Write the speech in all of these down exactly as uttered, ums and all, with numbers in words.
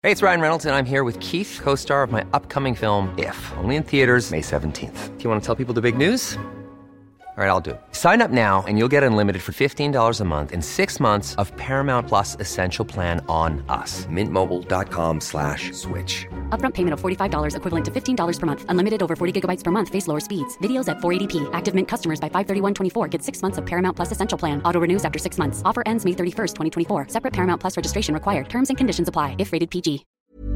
Hey, it's Ryan Reynolds, and I'm here with Keith, co-star of my upcoming film, If, only in theaters May seventeenth. Do you want to tell people the big news? All right, I'll do it. Sign up now and you'll get unlimited for fifteen dollars a month and six months of Paramount Plus Essential Plan on us. Mint Mobile dot com slash switch. Upfront payment of forty-five dollars equivalent to fifteen dollars per month. Unlimited over forty gigabytes per month. Face lower speeds. Videos at four eighty p. Active Mint customers by five thirty-one twenty-four get six months of Paramount Plus Essential Plan. Auto renews after six months. Offer ends May thirty-first, twenty twenty-four. Separate Paramount Plus registration required. Terms and conditions apply if rated P G.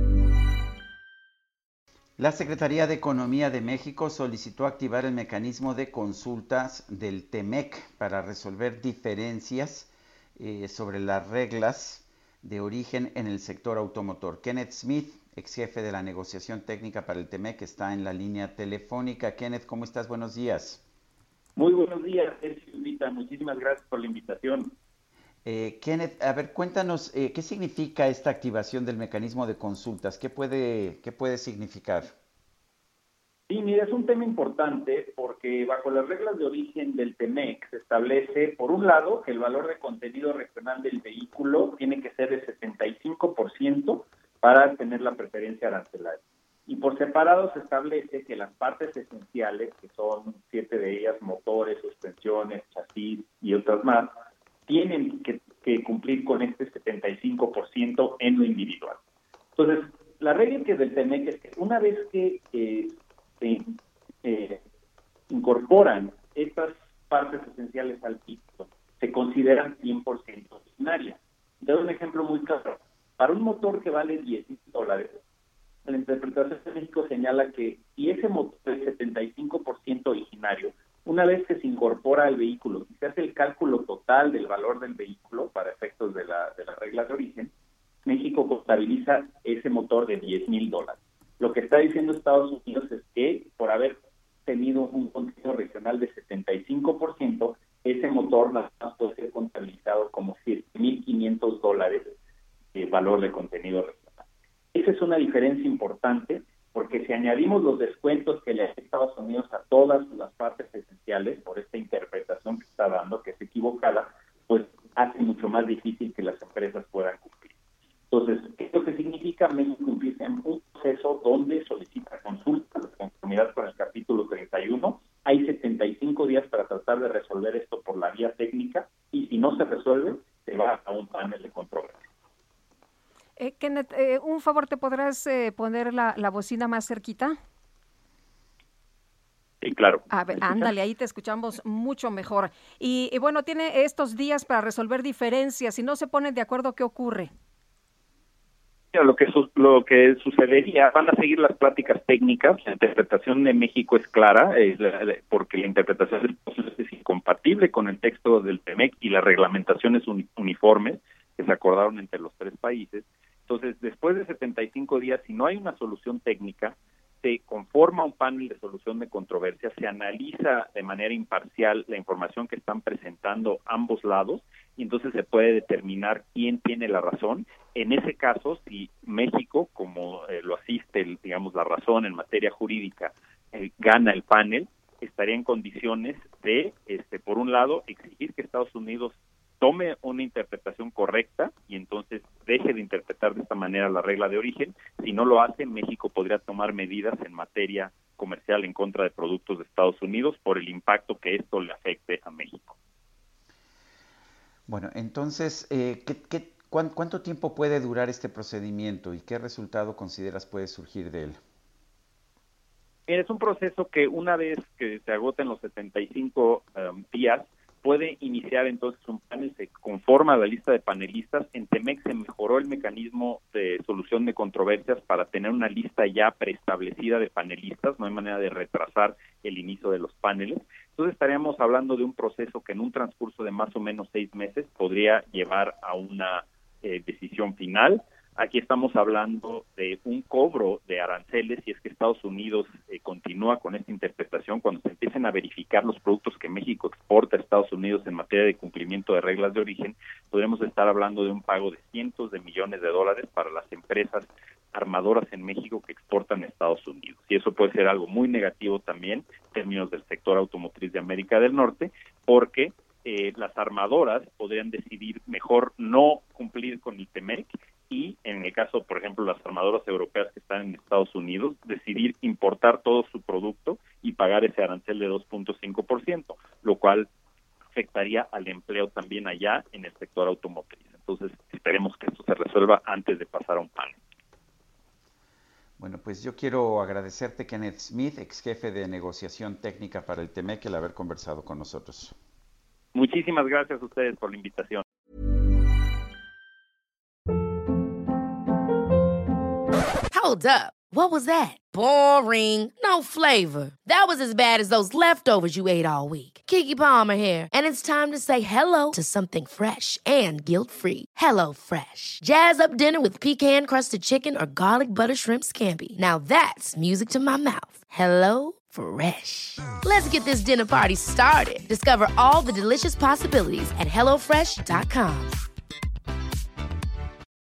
La Secretaría de Economía de México solicitó activar el mecanismo de consultas del T M E C para resolver diferencias eh, sobre las reglas de origen en el sector automotor. Kenneth Smith, ex jefe de la negociación técnica para el T M E C, está en la línea telefónica. Kenneth, ¿cómo estás? Buenos días. Muy buenos días, Sergio Zurita. Muchísimas gracias por la invitación. Eh, Kenneth, a ver, cuéntanos, eh, ¿qué significa esta activación del mecanismo de consultas? ¿Qué puede, qué puede significar? Sí, mira, es un tema importante porque bajo las reglas de origen del T M E C se establece, por un lado, que el valor de contenido regional del vehículo tiene que ser de setenta y cinco por ciento para tener la preferencia arancelaria. Y por separado se establece que las partes esenciales, que son siete de ellas, motores, suspensiones, chasis y otras más, tienen que, que cumplir con este setenta y cinco por ciento en lo individual. Entonces, la regla que es del T M E C es que una vez que eh, se eh, incorporan estas partes esenciales al vehículo, se consideran cien por ciento originarias. Te doy un ejemplo muy claro. Para un motor que vale diez mil dólares, la interpretación de México señala que si ese motor es setenta y cinco por ciento originario, una vez que se incorpora al vehículo y se hace el cálculo total del valor del vehículo para efectos de la, de la regla de origen, México contabiliza ese motor de diez mil dólares. Lo que está diciendo Estados Unidos es que por haber tenido un contenido regional de setenta y cinco por ciento, ese motor nada más puede ser contabilizado como siete mil quinientos dólares de valor de contenido regional. Esa es una diferencia importante porque si añadimos los descuentos que le hace Estados Unidos a todas las partes esenciales por esta interpretación que está dando, que es equivocada, pues hace mucho más difícil que las empresas puedan cumplir. Entonces, ¿esto qué significa? México empieza en un proceso donde solicita consulta de conformidad con el capítulo treinta y uno. Hay setenta y cinco días para tratar de resolver esto por la vía técnica y si no se resuelve, se va a un panel de controversia. Eh, Kenneth, eh, un favor, ¿te podrás eh, poner la, la bocina más cerquita? Sí, claro. A ver, ándale, ahí te escuchamos mucho mejor. Y, y bueno, tiene estos días para resolver diferencias. Si no se ponen de acuerdo, ¿qué ocurre? Lo que su, lo que sucedería, van a seguir las pláticas técnicas. La interpretación de México es clara, eh, porque la interpretación del proceso es incompatible con el texto del T M E C y las reglamentaciones uni, uniformes que se acordaron entre los tres países. Entonces, después de setenta y cinco días, si no hay una solución técnica, se conforma un panel de solución de controversia, se analiza de manera imparcial la información que están presentando ambos lados y entonces se puede determinar quién tiene la razón. En ese caso, si México, como eh, lo asiste, digamos, la razón en materia jurídica, eh, gana el panel, estaría en condiciones de, este, por un lado, exigir que Estados Unidos tome una interpretación correcta y entonces deje de interpretar de esta manera la regla de origen. Si no lo hace, México podría tomar medidas en materia comercial en contra de productos de Estados Unidos por el impacto que esto le afecte a México. Bueno, entonces, eh, ¿qué, qué, cuán, ¿cuánto tiempo puede durar este procedimiento y qué resultado consideras puede surgir de él? Es un proceso que una vez que se agoten los setenta y cinco um, días, puede iniciar entonces un panel, se conforma la lista de panelistas. En T M E C se mejoró el mecanismo de solución de controversias para tener una lista ya preestablecida de panelistas, no hay manera de retrasar el inicio de los paneles. Entonces estaríamos hablando de un proceso que en un transcurso de más o menos seis meses podría llevar a una eh, decisión final. Aquí estamos hablando de un cobro de aranceles si es que Estados Unidos eh, continúa con esta interpretación. Cuando se empiecen a verificar los productos que México exporta a Estados Unidos en materia de cumplimiento de reglas de origen, podremos estar hablando de un pago de cientos de millones de dólares para las empresas armadoras en México que exportan a Estados Unidos. Y eso puede ser algo muy negativo también en términos del sector automotriz de América del Norte, porque eh, las armadoras podrían decidir mejor no cumplir con el T M E C y, en el caso, por ejemplo, las armadoras europeas que están en Estados Unidos, decidir importar todo su producto y pagar ese arancel de dos punto cinco por ciento, lo cual afectaría al empleo también allá en el sector automotriz. Entonces, esperemos que esto se resuelva antes de pasar a un paro. Bueno, pues yo quiero agradecerte, Kenneth Smith, ex jefe de negociación técnica para el TEMEC, el haber conversado con nosotros. Muchísimas gracias a ustedes por la invitación. Hold up. What was that? Boring. No flavor. That was as bad as those leftovers you ate all week. Keke Palmer here, and it's time to say hello to something fresh and guilt-free. Hello Fresh. Jazz up dinner with pecan-crusted chicken or garlic butter shrimp scampi. Now that's music to my mouth. Hello Fresh. Let's get this dinner party started. Discover all the delicious possibilities at hello fresh dot com.